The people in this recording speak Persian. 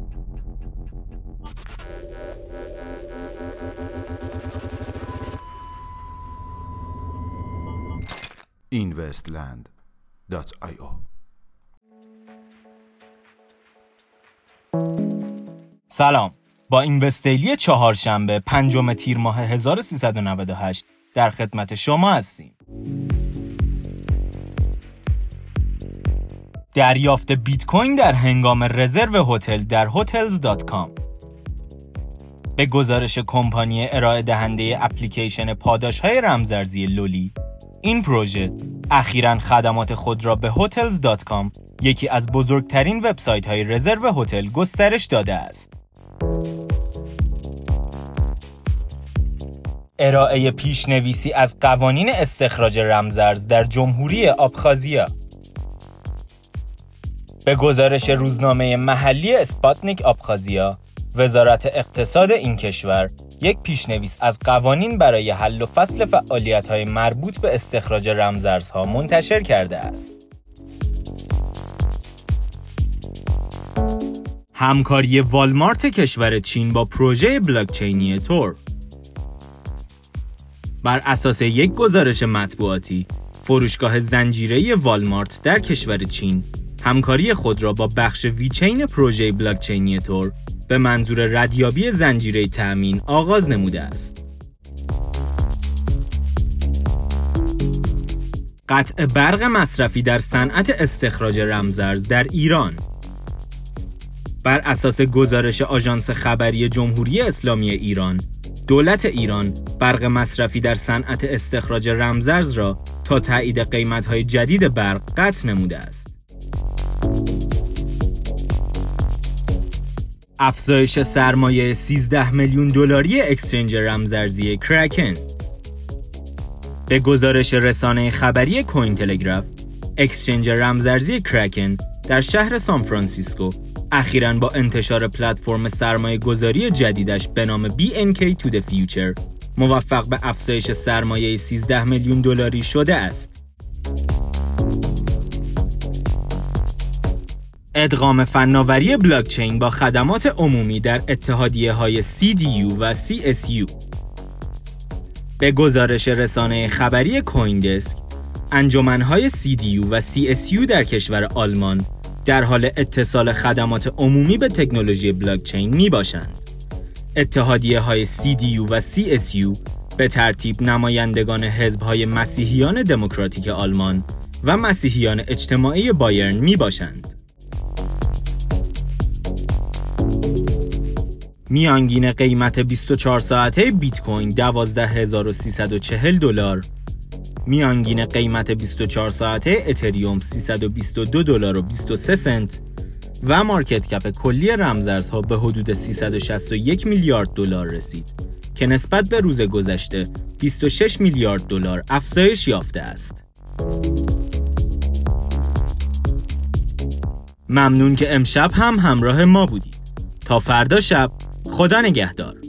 investland.io. سلام، با اینوستیلی چهارشنبه 5 تیر ماه 1398 در خدمت شما هستیم. دریافت بیت کوین در هنگام رزرو هتل در hotels.com. به گزارش کمپانی ارائه دهنده اپلیکیشن پاداش‌های رمزارزی لولی، این پروژه اخیراً خدمات خود را به hotels.com، یکی از بزرگترین وبسایت‌های رزرو هتل، گسترش داده است. ارائه پیشنویسی از قوانین استخراج رمزارز در جمهوری آبخازیا. به گزارش روزنامه محلی اسپاتنیک آبخازیا، وزارت اقتصاد این کشور یک پیشنویس از قوانین برای حل و فصل فعالیت‌های مربوط به استخراج رمزارزها منتشر کرده است. همکاری والمارت کشور چین با پروژه بلاکچینی تور. بر اساس یک گزارش مطبوعاتی، فروشگاه زنجیره‌ای والمارت در کشور چین همکاری خود را با بخش ویچین پروژه بلاکچینی تور به منظور ردیابی زنجیره تأمین آغاز نموده است. قطع برق مصرفی در صنعت استخراج رمزارز در ایران. بر اساس گزارش آژانس خبری جمهوری اسلامی ایران، دولت ایران برق مصرفی در صنعت استخراج رمزارز را تا تایید قیمت‌های جدید برق قطع نموده است. افزایش سرمایه 13 میلیون دلاری اکسچنج رمزارزی کراکن. به گزارش رسانه خبری کوین تلگراف، اکسچنج رمزارزی کراکن در شهر سان فرانسیسکو اخیراً با انتشار پلتفرم سرمایه گذاری جدیدش به نام BNK to the Future موفق به افزایش سرمایه 13 میلیون دلاری شده است. ادغام فناوری بلاکچین با خدمات عمومی در اتحادیه‌های CDU و CSU. به گزارش رسانه خبری کوین دسک، انجمن‌های CDU و CSU در کشور آلمان در حال اتصال خدمات عمومی به تکنولوژی بلاکچین میباشند. اتحادیه‌های CDU و CSU به ترتیب نمایندگان حزب‌های مسیحیان دموکراتیک آلمان و مسیحیان اجتماعی بایرن میباشند. میانگین قیمت 24 ساعته بیت کوین $12,340، میانگین قیمت 24 ساعته اتریوم $322.23 و مارکت کپ کلی رمزارزها به حدود 361 میلیارد دلار رسید که نسبت به روز گذشته 26 میلیارد دلار افزایش یافته است. ممنون که امشب هم همراه ما بودید. تا فردا شب، خدا نگهدار.